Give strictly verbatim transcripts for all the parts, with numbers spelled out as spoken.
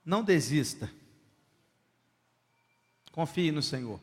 Não desista. Confie no Senhor.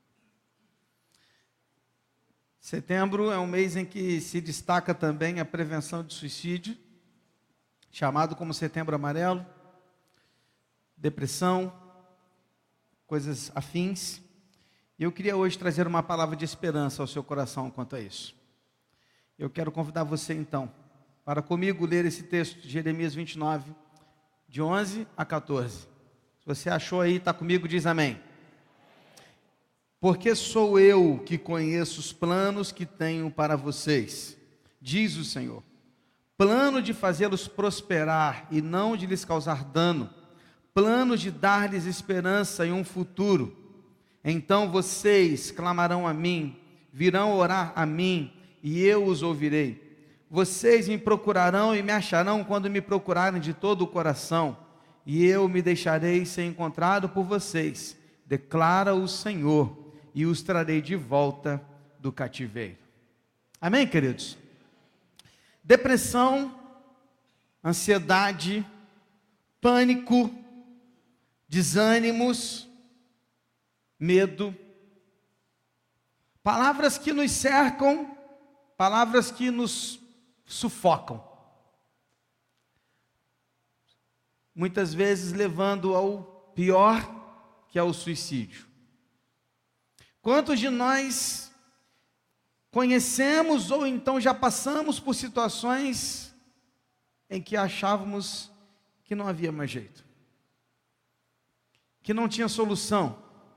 Setembro é um mês em que se destaca também a prevenção de suicídio, chamado como Setembro Amarelo, depressão, coisas afins. E eu queria hoje trazer uma palavra de esperança ao seu coração quanto a isso. Eu quero convidar você então, para comigo ler esse texto de Jeremias vinte e nove, de onze a quatorze. Se você achou aí, está comigo, diz amém. Porque sou eu que conheço os planos que tenho para vocês, diz o Senhor. Plano de fazê-los prosperar e não de lhes causar dano. Plano de dar-lhes esperança e um futuro. Então vocês clamarão a mim, virão orar a mim e eu os ouvirei. Vocês me procurarão e me acharão quando me procurarem de todo o coração. E eu me deixarei ser encontrado por vocês, declara o Senhor. E os trarei de volta do cativeiro. Amém, queridos? Depressão, ansiedade, pânico, desânimos, medo, palavras que nos cercam, palavras que nos sufocam. Muitas vezes levando ao pior, que é o suicídio. Quantos de nós conhecemos ou então já passamos por situações em que achávamos que não havia mais jeito, que não tinha solução?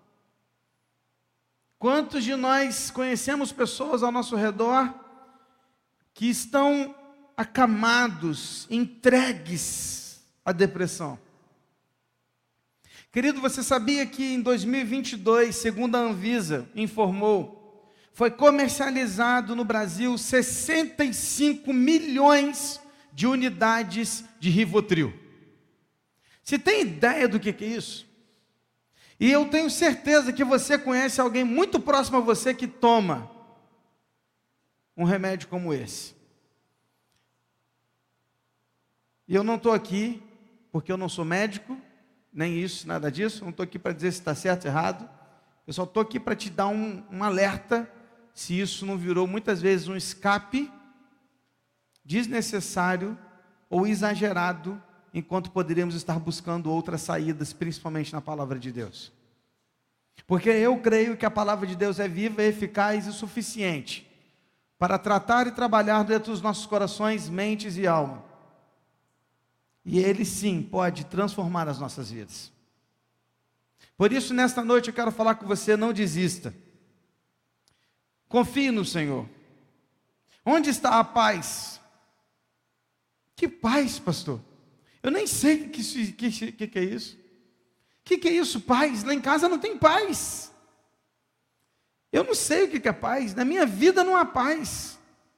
Quantos de nós conhecemos pessoas ao nosso redor que estão acamados, entregues à depressão? Querido, você sabia que em dois mil e vinte e dois, segundo a Anvisa informou, foi comercializado no Brasil sessenta e cinco milhões de unidades de Rivotril? Você tem ideia do que é isso? E eu tenho certeza que você conhece alguém muito próximo a você que toma um remédio como esse. E eu não estou aqui porque eu não sou médico, nem isso, nada disso. Não estou aqui para dizer se está certo ou errado. Eu só estou aqui para te dar um, um alerta, se isso não virou muitas vezes um escape desnecessário ou exagerado, enquanto poderíamos estar buscando outras saídas, principalmente na palavra de Deus. Porque eu creio que a palavra de Deus é viva, eficaz e suficiente para tratar e trabalhar dentro dos nossos corações, mentes e alma. E Ele sim pode transformar as nossas vidas. Por isso, nesta noite eu quero falar com você: não desista. Confie no Senhor. Onde está a paz? Que paz, pastor? Eu nem sei o que, que, que, que é isso. O que, que é isso, paz? Lá em casa não tem paz. Eu não sei o que, que é paz. Na minha vida não há paz.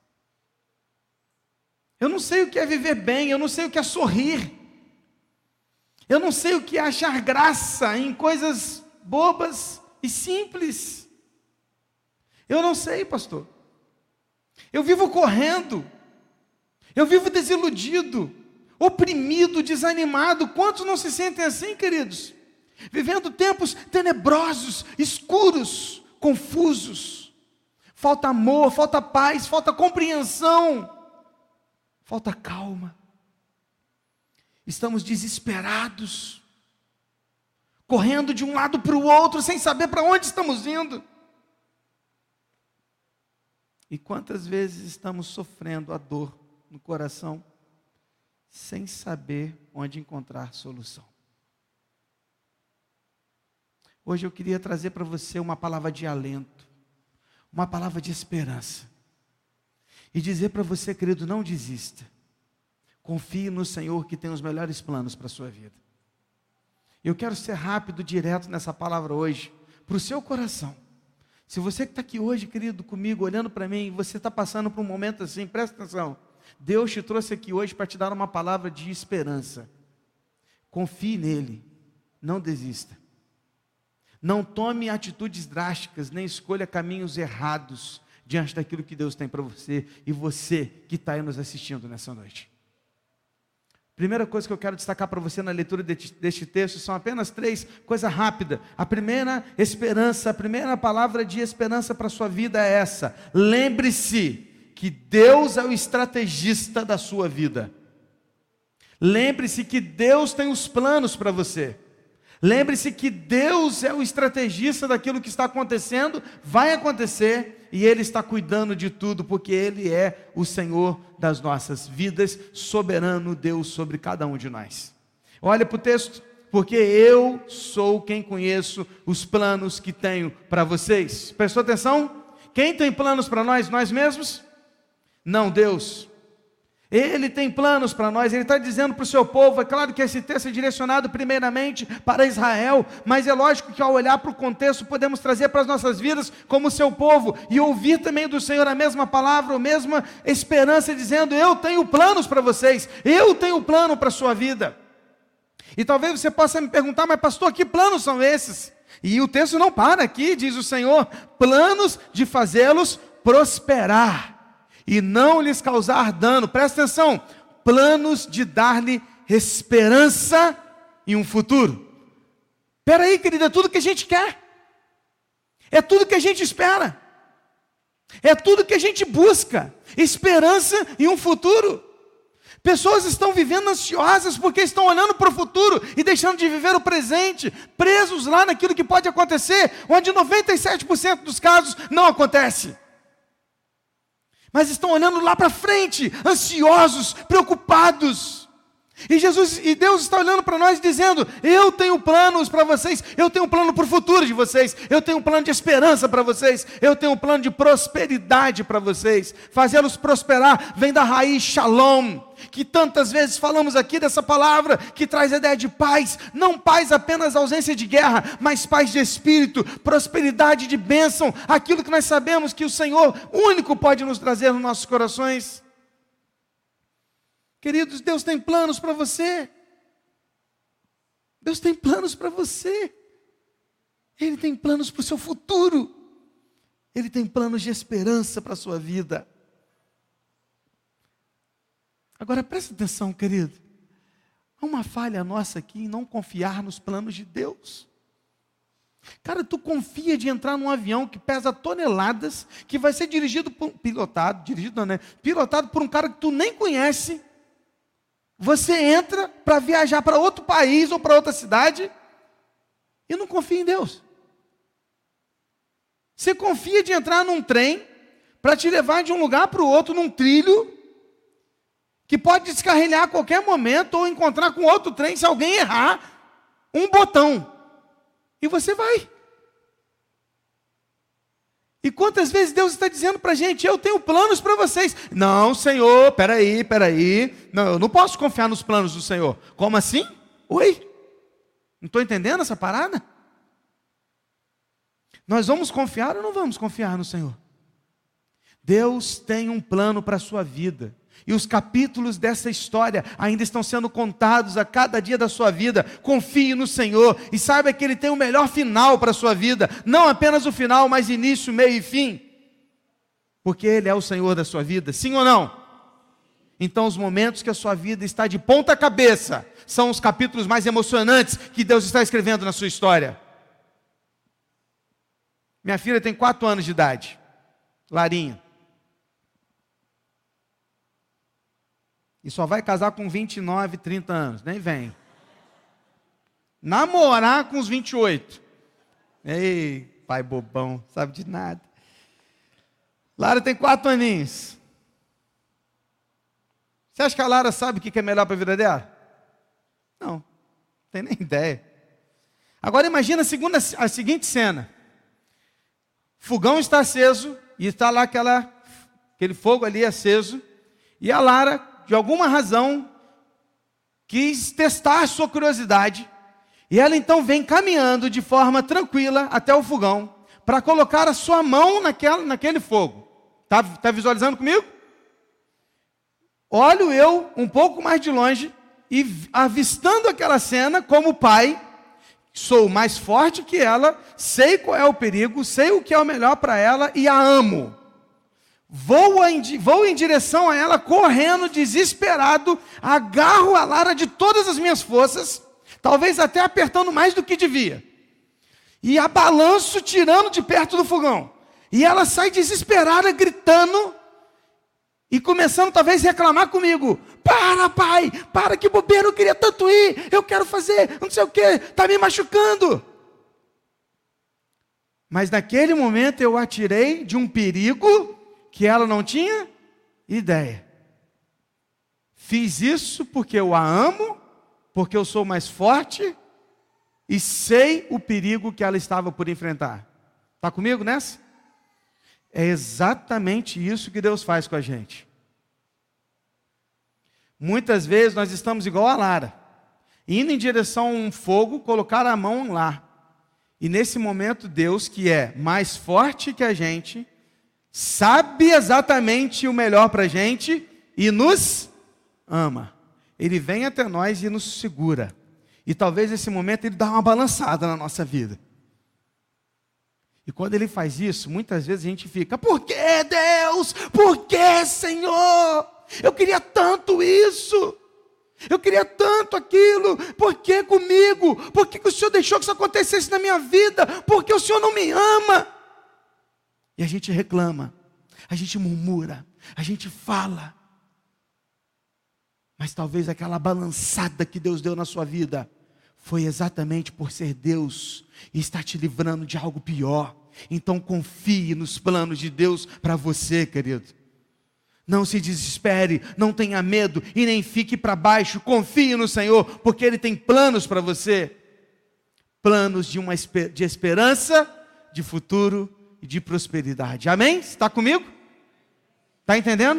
Eu não sei o que é viver bem, eu não sei o que é sorrir. Eu não sei o que é achar graça em coisas bobas e simples. Eu não sei, pastor. Eu vivo correndo. Eu vivo desiludido, oprimido, desanimado. Quantos não se sentem assim, queridos? Vivendo tempos tenebrosos, escuros, confusos. Falta amor, falta paz, falta compreensão. Falta calma. Estamos desesperados, correndo de um lado para o outro, sem saber para onde estamos indo. E quantas vezes estamos sofrendo a dor no coração, sem saber onde encontrar solução. Hoje eu queria trazer para você uma palavra de alento, uma palavra de esperança. E dizer para você, querido, não desista. Confie no Senhor que tem os melhores planos para a sua vida. Eu quero ser rápido, direto nessa palavra hoje, para o seu coração. Se você que está aqui hoje, querido, comigo, olhando para mim, você está passando por um momento assim, presta atenção. Deus te trouxe aqui hoje para te dar uma palavra de esperança. Confie nele, não desista. Não tome atitudes drásticas, nem escolha caminhos errados diante daquilo que Deus tem para você, e você que está aí nos assistindo nessa noite. Primeira coisa que eu quero destacar para você na leitura deste texto são apenas três, coisa rápida. A primeira esperança, a primeira palavra de esperança para a sua vida é essa: lembre-se que Deus é o estrategista da sua vida. Lembre-se que Deus tem os planos para você. Lembre-se que Deus é o estrategista daquilo que está acontecendo, vai acontecer, e Ele está cuidando de tudo, porque Ele é o Senhor das nossas vidas, soberano Deus sobre cada um de nós. Olha para o texto: porque eu sou quem conheço os planos que tenho para vocês. Prestou atenção? Quem tem planos para nós? Nós mesmos? Não, Deus. Ele tem planos para nós. Ele está dizendo para o seu povo. É claro que esse texto é direcionado primeiramente para Israel, mas é lógico que ao olhar para o contexto podemos trazer para as nossas vidas como seu povo, e ouvir também do Senhor a mesma palavra, a mesma esperança, dizendo: eu tenho planos para vocês, eu tenho plano para a sua vida. E talvez você possa me perguntar: mas pastor, que planos são esses? E o texto não para aqui, diz o Senhor: planos de fazê-los prosperar e não lhes causar dano. Presta atenção: planos de dar-lhe esperança e um futuro. Espera aí, querida, é tudo que a gente quer, é tudo que a gente espera, é tudo que a gente busca: esperança e um futuro. Pessoas estão vivendo ansiosas porque estão olhando para o futuro e deixando de viver o presente, presos lá naquilo que pode acontecer, onde noventa e sete por cento dos casos não acontece. Mas estão olhando lá para frente, ansiosos, preocupados. E Jesus e Deus está olhando para nós dizendo: eu tenho planos para vocês, eu tenho um plano para o futuro de vocês, eu tenho um plano de esperança para vocês, eu tenho um plano de prosperidade para vocês. Fazê-los prosperar vem da raiz shalom, que tantas vezes falamos aqui dessa palavra, que traz a ideia de paz, não paz apenas ausência de guerra, mas paz de espírito, prosperidade de bênção, aquilo que nós sabemos que o Senhor único pode nos trazer nos nossos corações. Queridos, Deus tem planos para você. Deus tem planos para você. Ele tem planos para o seu futuro. Ele tem planos de esperança para a sua vida. Agora presta atenção, querido. Há uma falha nossa aqui em não confiar nos planos de Deus. Cara, tu confia de entrar num avião que pesa toneladas, que vai ser dirigido por, pilotado, dirigido não, né? Pilotado por um cara que tu nem conhece. Você entra para viajar para outro país ou para outra cidade e não confia em Deus. Você confia de entrar num trem para te levar de um lugar para o outro num trilho que pode descarrilhar a qualquer momento ou encontrar com outro trem se alguém errar um botão. E você vai. E quantas vezes Deus está dizendo para a gente: eu tenho planos para vocês. Não, Senhor, peraí, peraí. Não, eu não posso confiar nos planos do Senhor. Como assim? Oi? Não estou entendendo essa parada? Nós vamos confiar ou não vamos confiar no Senhor? Deus tem um plano para a sua vida. E os capítulos dessa história ainda estão sendo contados a cada dia da sua vida. Confie no Senhor e saiba que Ele tem o melhor final para a sua vida. Não apenas o final, mas início, meio e fim. Porque Ele é o Senhor da sua vida, sim ou não? Então os momentos que a sua vida está de ponta cabeça são os capítulos mais emocionantes que Deus está escrevendo na sua história. Minha filha tem quatro anos de idade, Larinha. E só vai casar com vinte e nove, trinta anos. Nem vem. Namorar com os vinte e oito. Ei, pai bobão, sabe de nada. Lara tem quatro aninhos. Você acha que a Lara sabe o que é melhor para a vida dela? Não, não tem nem ideia. Agora imagina a, segunda, a seguinte cena. O fogão está aceso e está lá aquela, aquele fogo ali aceso. E a Lara, de alguma razão, quis testar a sua curiosidade, e ela então vem caminhando de forma tranquila até o fogão, para colocar a sua mão naquela, naquele fogo. Está tá visualizando comigo? Olho eu um pouco mais de longe, e avistando aquela cena, como pai, sou mais forte que ela, sei qual é o perigo, sei o que é o melhor para ela, e a amo. vou em, vou em direção a ela, correndo, desesperado, agarro a Lara de todas as minhas forças, talvez até apertando mais do que devia, e a balanço tirando de perto do fogão, e ela sai desesperada, gritando, e começando talvez a reclamar comigo: para, pai, para, que bobeira, eu queria tanto ir, eu quero fazer, não sei o que, está me machucando. Mas naquele momento eu a tirei de um perigo que ela não tinha ideia. Fiz isso porque eu a amo, porque eu sou mais forte e sei o perigo que ela estava por enfrentar. Está comigo nessa? É exatamente isso que Deus faz com a gente. Muitas vezes nós estamos igual a Lara, indo em direção a um fogo, colocar a mão lá. E nesse momento Deus, que é mais forte que a gente, sabe exatamente o melhor para a gente e nos ama. Ele vem até nós e nos segura. E talvez nesse momento ele dá uma balançada na nossa vida. E quando ele faz isso, muitas vezes a gente fica: por que, Deus? Por que, Senhor? Eu queria tanto isso. Eu queria tanto aquilo. Por que comigo? Por que, que o Senhor deixou que isso acontecesse na minha vida? Por que o Senhor não me ama? E a gente reclama, a gente murmura, a gente fala. Mas talvez aquela balançada que Deus deu na sua vida foi exatamente por ser Deus e estar te livrando de algo pior. Então confie nos planos de Deus para você, querido. Não se desespere, não tenha medo e nem fique para baixo. Confie no Senhor, porque Ele tem planos para você. Planos de, uma, de esperança, de futuro e de prosperidade. Amém? Está comigo? Está entendendo?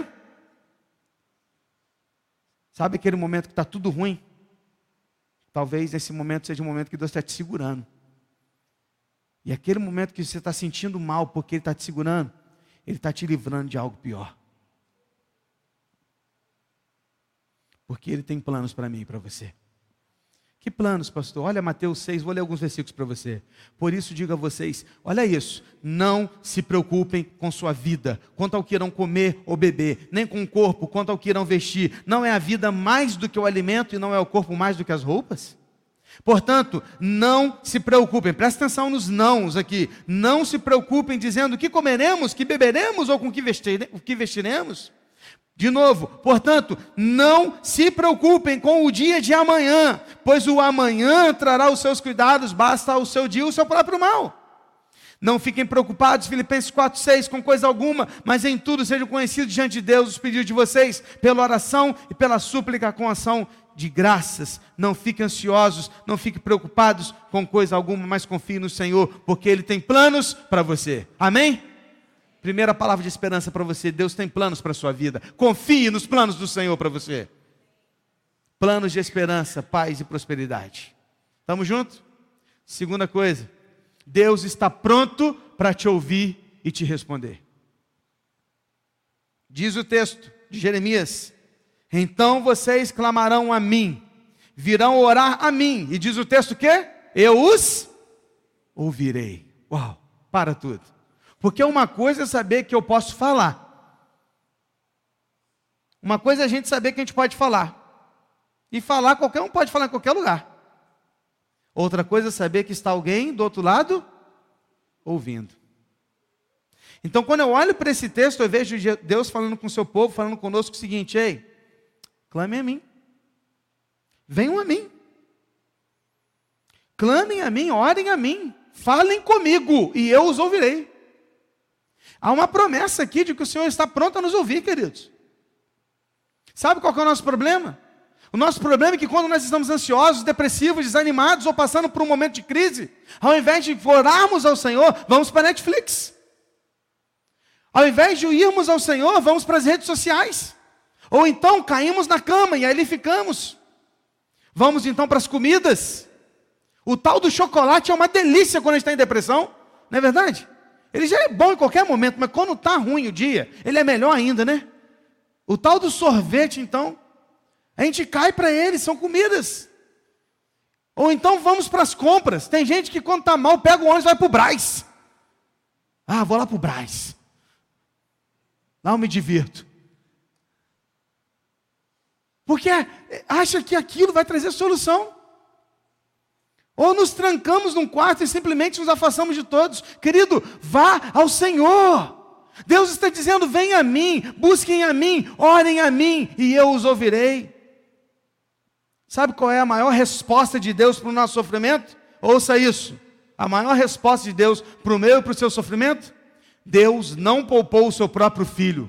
Sabe aquele momento que está tudo ruim? Talvez esse momento seja um momento que Deus está te segurando. E aquele momento que você está sentindo mal porque Ele está te segurando, Ele está te livrando de algo pior. Porque Ele tem planos para mim e para você. Que planos, pastor? Olha Mateus seis, vou ler alguns versículos para você. Por isso digo a vocês, olha isso: não se preocupem com sua vida, quanto ao que irão comer ou beber, nem com o corpo, quanto ao que irão vestir. Não é a vida mais do que o alimento e não é o corpo mais do que as roupas? Portanto, não se preocupem, presta atenção nos nãos aqui. Não se preocupem dizendo o que comeremos, que beberemos ou com que vestire, o que vestiremos. De novo, portanto, não se preocupem com o dia de amanhã, pois o amanhã trará os seus cuidados, basta ao seu dia o seu próprio mal. Não fiquem preocupados, Filipenses quatro, seis, com coisa alguma, mas em tudo sejam conhecidos diante de Deus os pedidos de vocês, pela oração e pela súplica com ação de graças. Não fiquem ansiosos, não fiquem preocupados com coisa alguma, mas confiem no Senhor, porque Ele tem planos para você. Amém? Primeira palavra de esperança para você: Deus tem planos para a sua vida. Confie nos planos do Senhor para você. Planos de esperança, paz e prosperidade. Estamos juntos? Segunda coisa: Deus está pronto para te ouvir e te responder. Diz o texto de Jeremias: então vocês clamarão a mim, virão orar a mim. E diz o texto que eu os ouvirei. Uau, para tudo. Porque uma coisa é saber que eu posso falar. Uma coisa é a gente saber que a gente pode falar. E falar, qualquer um pode falar em qualquer lugar. Outra coisa é saber que está alguém do outro lado ouvindo. Então, quando eu olho para esse texto, eu vejo Deus falando com o seu povo, falando conosco o seguinte: ei, clamem a mim. Venham a mim. Clamem a mim, orem a mim. Falem comigo e eu os ouvirei. Há uma promessa aqui de que o Senhor está pronto a nos ouvir, queridos. Sabe qual que é o nosso problema? O nosso problema é que quando nós estamos ansiosos, depressivos, desanimados ou passando por um momento de crise, ao invés de orarmos ao Senhor, vamos para a Netflix. Ao invés de irmos ao Senhor, vamos para as redes sociais. Ou então caímos na cama e ali ficamos. Vamos então para as comidas. O tal do chocolate é uma delícia quando a gente está em depressão, não é verdade? Ele já é bom em qualquer momento, mas quando está ruim o dia, ele é melhor ainda, né? O tal do sorvete, então, a gente cai para ele, são comidas. Ou então vamos para as compras. Tem gente que quando está mal, pega o ônibus e vai para o Brás. Ah, vou lá para o Brás. lá eu me divirto. Porque acha que aquilo vai trazer solução. Ou nos trancamos num quarto e simplesmente nos afastamos de todos. Querido, vá ao Senhor. Deus está dizendo, venham a mim, busquem a mim, orem a mim, e eu os ouvirei. Sabe qual é a maior resposta de Deus para o nosso sofrimento? Ouça isso. A maior resposta de Deus para o meu e para o seu sofrimento? Deus não poupou o seu próprio filho.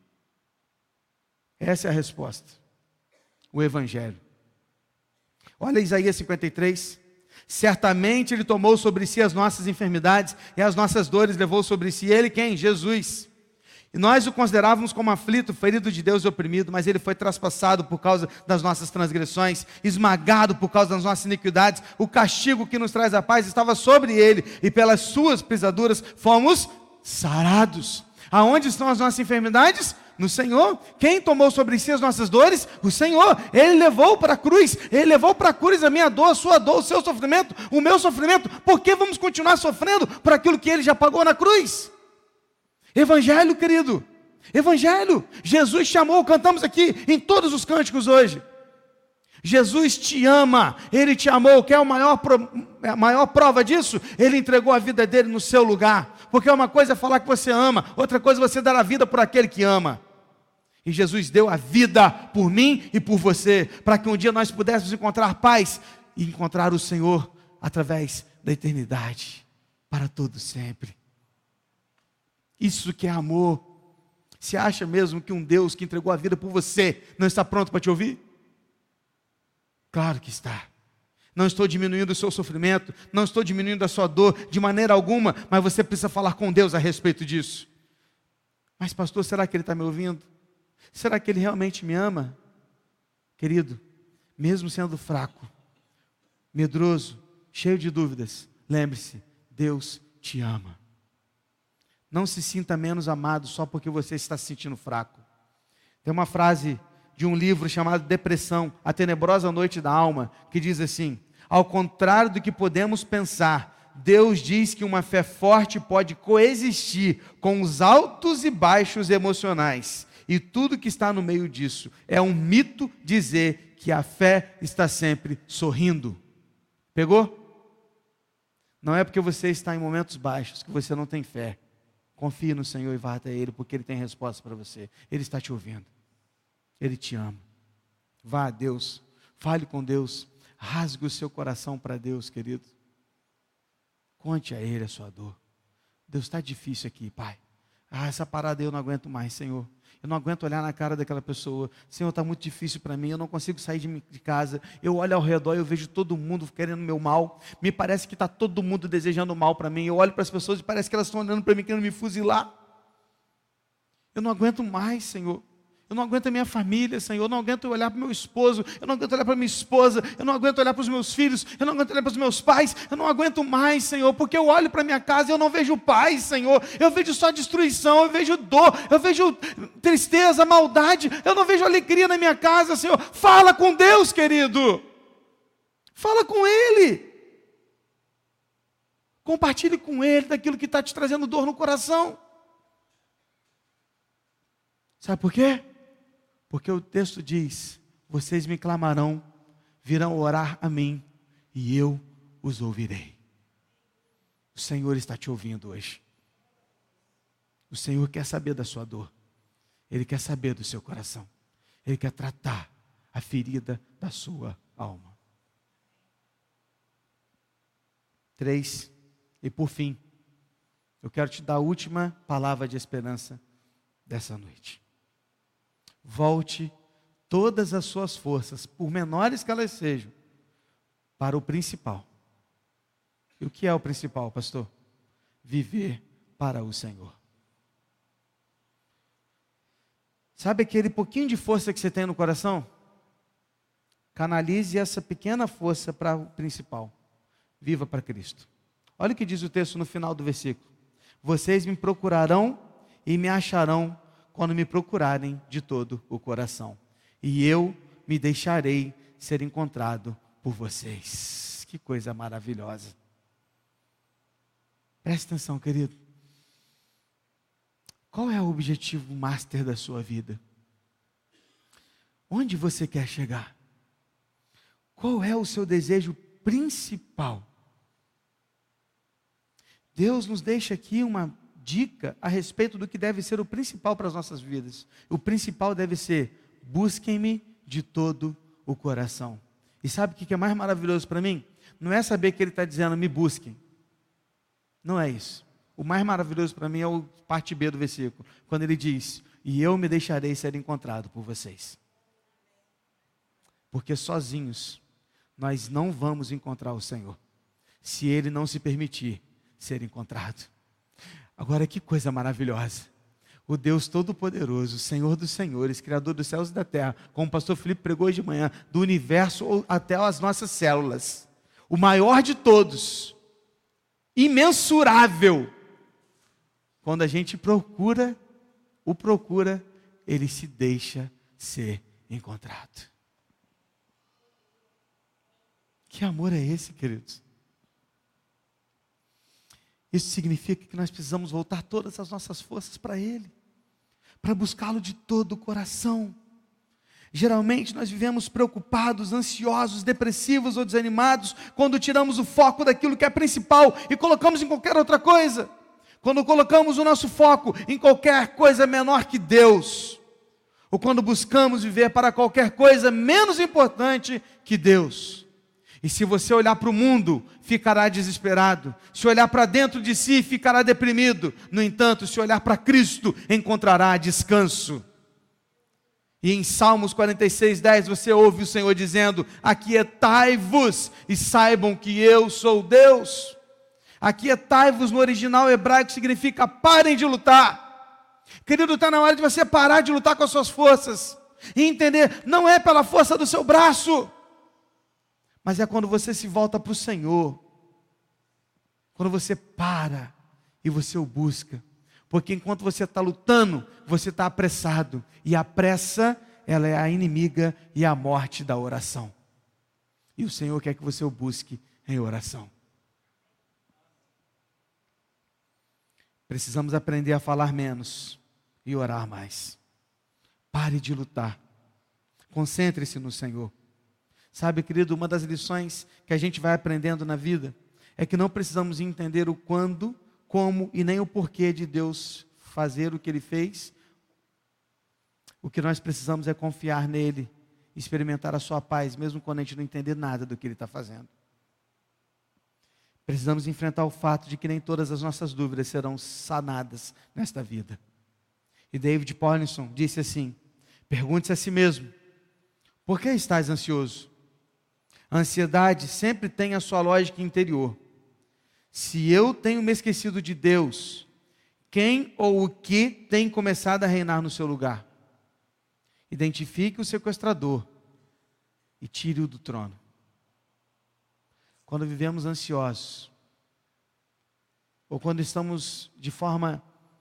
Essa é a resposta. O Evangelho. Olha Isaías cinquenta e três. Certamente Ele tomou sobre si as nossas enfermidades e as nossas dores levou sobre si. Ele quem? Jesus. E nós o considerávamos como aflito, ferido de Deus e oprimido, mas Ele foi traspassado por causa das nossas transgressões, esmagado por causa das nossas iniquidades. O castigo que nos traz a paz estava sobre Ele, e pelas suas pisaduras fomos sarados. Aonde estão as nossas enfermidades? No Senhor. Quem tomou sobre si as nossas dores? O Senhor. Ele levou para a cruz, Ele levou para a cruz a minha dor, a sua dor, o seu sofrimento, o meu sofrimento. Por que vamos continuar sofrendo por aquilo que Ele já pagou na cruz? Evangelho, querido, Evangelho. Jesus chamou, cantamos aqui em todos os cânticos hoje. Jesus te ama, Ele te amou. Quer a maior, a maior prova disso? Ele entregou a vida dele no seu lugar. Porque uma coisa é falar que você ama, outra coisa é você dar a vida por aquele que ama. E Jesus deu a vida por mim e por você, para que um dia nós pudéssemos encontrar paz e encontrar o Senhor através da eternidade, para todo sempre. Isso que é amor. Você acha mesmo que um Deus que entregou a vida por você não está pronto para te ouvir? Claro que está. Não estou diminuindo o seu sofrimento, não estou diminuindo a sua dor de maneira alguma, mas você precisa falar com Deus a respeito disso. Mas pastor, será que Ele está me ouvindo? Será que Ele realmente me ama? Querido, mesmo sendo fraco, medroso, cheio de dúvidas, lembre-se, Deus te ama. Não se sinta menos amado só porque você está se sentindo fraco. Tem uma frase de um livro chamado Depressão, a Tenebrosa Noite da Alma, que diz assim: ao contrário do que podemos pensar, Deus diz que uma fé forte pode coexistir com os altos e baixos emocionais, e tudo que está no meio disso. É um mito dizer que a fé está sempre sorrindo. Pegou? Não é porque você está em momentos baixos que você não tem fé. Confie no Senhor e vá até Ele, porque Ele tem resposta para você. Ele está te ouvindo. Ele te ama. Vá a Deus, fale com Deus, rasgue o seu coração para Deus, querido. Conte a Ele a sua dor. Deus, está difícil aqui, Pai. Ah, essa parada eu não aguento mais, Senhor. Eu não aguento olhar na cara daquela pessoa. Senhor, está muito difícil para mim, eu não consigo sair de, de casa. Eu olho ao redor e eu vejo todo mundo querendo meu mal. Me parece que está todo mundo desejando mal para mim. Eu olho para as pessoas e parece que elas estão olhando para mim querendo me fuzilar. Eu não aguento mais, Senhor. Eu não aguento a minha família, Senhor. Eu não aguento olhar para o meu esposo. Eu não aguento olhar para a minha esposa. Eu não aguento olhar para os meus filhos. Eu não aguento olhar para os meus pais. Eu não aguento mais, Senhor. Porque eu olho para a minha casa e eu não vejo paz, Senhor. Eu vejo só destruição. Eu vejo dor. Eu vejo tristeza, maldade. Eu não vejo alegria na minha casa, Senhor. Fala com Deus, querido. Fala com Ele. Compartilhe com Ele daquilo que está te trazendo dor no coração. Sabe por quê? Porque o texto diz: vocês me clamarão, virão orar a mim, e eu os ouvirei. O Senhor está te ouvindo hoje. O Senhor quer saber da sua dor. Ele quer saber do seu coração. Ele quer tratar a ferida da sua alma. Três, e por fim, eu quero te dar a última palavra de esperança dessa noite. Volte todas as suas forças, por menores que elas sejam, para o principal. E o que é o principal, pastor? Viver para o Senhor. Sabe aquele pouquinho de força que você tem no coração? Canalize essa pequena força para o principal. Viva para Cristo. Olha o que diz o texto no final do versículo: vocês me procurarão e me acharão quando me procurarem de todo o coração, e eu me deixarei ser encontrado por vocês. Que coisa maravilhosa. Preste atenção, querido. Qual é o objetivo master da sua vida? Onde você quer chegar? Qual é o seu desejo principal? Deus nos deixa aqui uma dica a respeito do que deve ser o principal para as nossas vidas. O principal deve ser: busquem-me de todo o coração. E sabe o que é mais maravilhoso para mim? Não é saber que Ele está dizendo, me busquem. Não é isso. O mais maravilhoso para mim é o parte B do versículo, quando Ele diz, e eu me deixarei ser encontrado por vocês. Porque sozinhos nós não vamos encontrar o Senhor, se Ele não se permitir ser encontrado. Agora, que coisa maravilhosa. O Deus Todo-Poderoso, Senhor dos Senhores, Criador dos céus e da terra, como o pastor Felipe pregou hoje de manhã, do universo até as nossas células, o maior de todos, imensurável, quando a gente procura, o procura, Ele se deixa ser encontrado. Que amor é esse, queridos? Isso significa que nós precisamos voltar todas as nossas forças para Ele, para buscá-lo de todo o coração. Geralmente nós vivemos preocupados, ansiosos, depressivos ou desanimados, quando tiramos o foco daquilo que é principal e colocamos em qualquer outra coisa. Quando colocamos o nosso foco em qualquer coisa menor que Deus, ou quando buscamos viver para qualquer coisa menos importante que Deus. E se você olhar para o mundo, ficará desesperado. Se olhar para dentro de si, ficará deprimido. No entanto, se olhar para Cristo, encontrará descanso. E em Salmos quarenta e seis, dez, você ouve o Senhor dizendo, aquietai-vos e saibam que eu sou Deus. Aquietai-vos no original hebraico significa parem de lutar. Querido, está na hora de você parar de lutar com as suas forças. E entender, não é pela força do seu braço, mas é quando você se volta para o Senhor, quando você para e você o busca, porque enquanto você está lutando, você está apressado, e a pressa, ela é a inimiga e a morte da oração, e o Senhor quer que você o busque em oração. Precisamos aprender a falar menos e orar mais. Pare de lutar, concentre-se no Senhor. Sabe, querido, uma das lições que a gente vai aprendendo na vida é que não precisamos entender o quando, como e nem o porquê de Deus fazer o que Ele fez. O que nós precisamos é confiar nele, experimentar a sua paz, mesmo quando a gente não entender nada do que Ele está fazendo. Precisamos enfrentar o fato de que nem todas as nossas dúvidas serão sanadas nesta vida. E David Paulinson disse assim, pergunte-se a si mesmo, por que estás ansioso? A ansiedade sempre tem a sua lógica interior. Se eu tenho me esquecido de Deus, quem ou o que tem começado a reinar no seu lugar? Identifique o sequestrador e tire-o do trono. Quando vivemos ansiosos, ou quando estamos de forma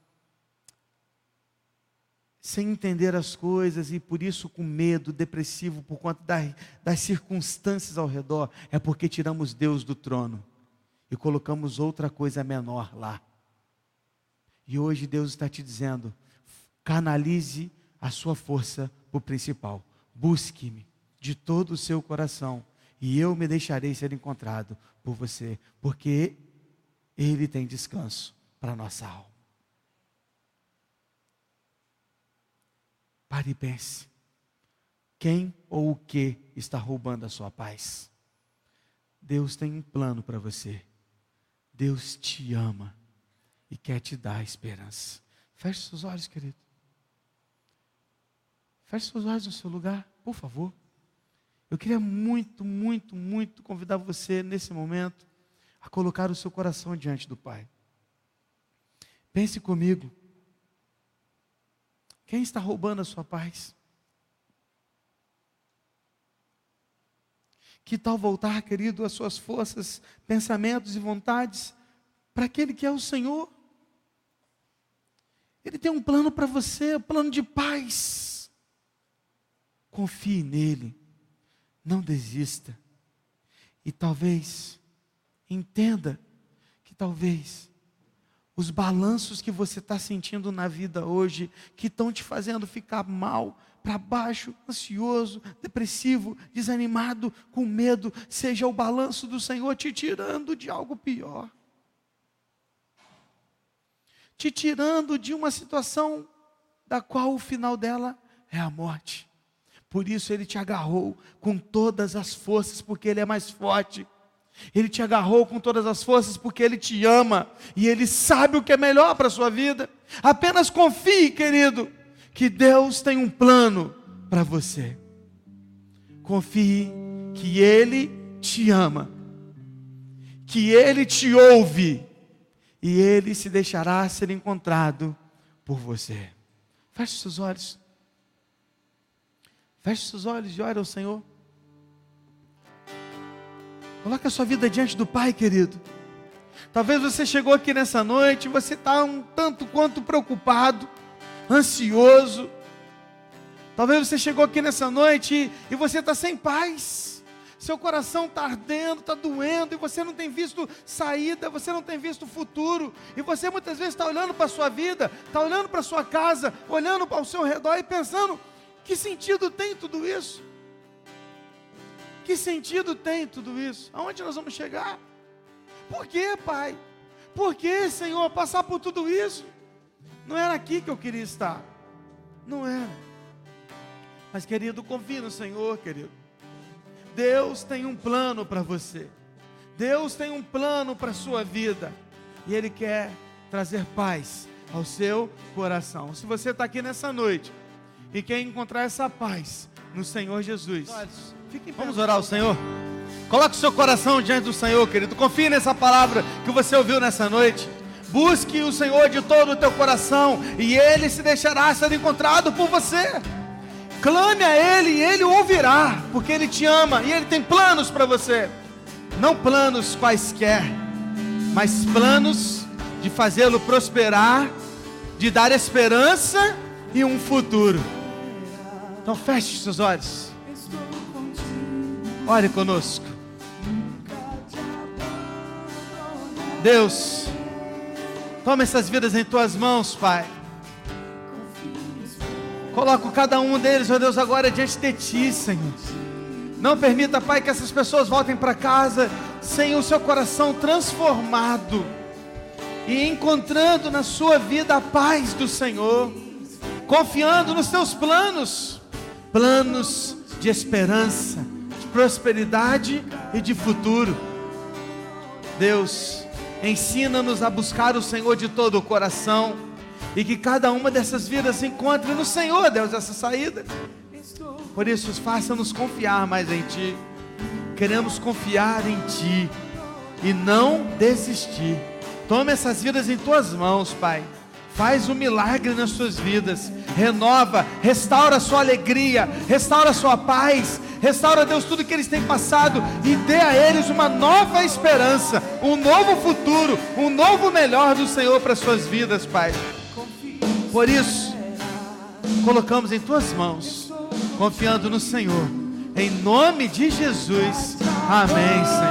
sem entender as coisas e por isso com medo, depressivo por conta das, das circunstâncias ao redor, é porque tiramos Deus do trono e colocamos outra coisa menor lá. E hoje Deus está te dizendo, canalize a sua força para o principal, busque-me de todo o seu coração e eu me deixarei ser encontrado por você, porque Ele tem descanso para a nossa alma. Pare e pense, quem ou o que está roubando a sua paz? Deus tem um plano para você, Deus te ama e quer te dar esperança. Feche seus olhos, querido, feche seus olhos no seu lugar, por favor. Eu queria muito, muito, muito convidar você nesse momento a colocar o seu coração diante do Pai. Pense comigo. Quem está roubando a sua paz? Que tal voltar, querido, as suas forças, pensamentos e vontades para aquele que é o Senhor? Ele tem um plano para você, um plano de paz. Confie nele, não desista. E talvez, entenda que talvez os balanços que você está sentindo na vida hoje, que estão te fazendo ficar mal, para baixo, ansioso, depressivo, desanimado, com medo, seja o balanço do Senhor te tirando de algo pior, te tirando de uma situação da qual o final dela é a morte. Por isso Ele te agarrou com todas as forças, porque Ele é mais forte. Ele te agarrou com todas as forças, porque Ele te ama, e Ele sabe o que é melhor para a sua vida. Apenas confie, querido, que Deus tem um plano para você. Confie que Ele te ama, que Ele te ouve, e Ele se deixará ser encontrado por você. Feche seus olhos. Feche seus olhos e ore ao Senhor. Coloque a sua vida diante do Pai, querido. Talvez você chegou aqui nessa noite e você está um tanto quanto preocupado, ansioso. Talvez você chegou aqui nessa noite e, e você está sem paz. Seu coração está ardendo, está doendo, e você não tem visto saída, você não tem visto futuro. E você muitas vezes está olhando para a sua vida, está olhando para a sua casa, olhando para o seu redor e pensando: que sentido tem tudo isso? Que sentido tem tudo isso? Aonde nós vamos chegar? Por que, Pai? Por que, Senhor, passar por tudo isso? Não era aqui que eu queria estar. Não era. Mas, querido, confie no Senhor, querido. Deus tem um plano para você. Deus tem um plano para a sua vida. E Ele quer trazer paz ao seu coração. Se você está aqui nessa noite e quer encontrar essa paz no Senhor Jesus, vamos orar ao Senhor. Coloque o seu coração diante do Senhor, querido. Confie nessa palavra que você ouviu nessa noite. Busque o Senhor de todo o teu coração, e Ele se deixará ser encontrado por você. Clame a Ele e Ele o ouvirá, porque Ele te ama e Ele tem planos para você. Não planos quaisquer, mas planos de fazê-lo prosperar, de dar esperança e um futuro. Então feche seus olhos. Ore conosco. Deus, toma essas vidas em Tuas mãos, Pai. Coloco cada um deles, ó Deus, agora diante de Ti, Senhor. Não permita, Pai, que essas pessoas voltem para casa sem o seu coração transformado e encontrando na sua vida a paz do Senhor, confiando nos Teus planos, planos de esperança, de prosperidade e de futuro. Deus, ensina-nos a buscar o Senhor de todo o coração, e que cada uma dessas vidas encontre no Senhor, Deus, essa saída. Por isso, faça-nos confiar mais em Ti. Queremos confiar em Ti e não desistir. Tome essas vidas em Tuas mãos, Pai. Faz um milagre nas suas vidas. Renova, restaura a sua alegria, restaura a sua paz, restaura, Deus, tudo que eles têm passado, e dê a eles uma nova esperança, um novo futuro, um novo melhor do Senhor para as suas vidas, Pai. Por isso, colocamos em Tuas mãos, confiando no Senhor, em nome de Jesus. Amém, Senhor.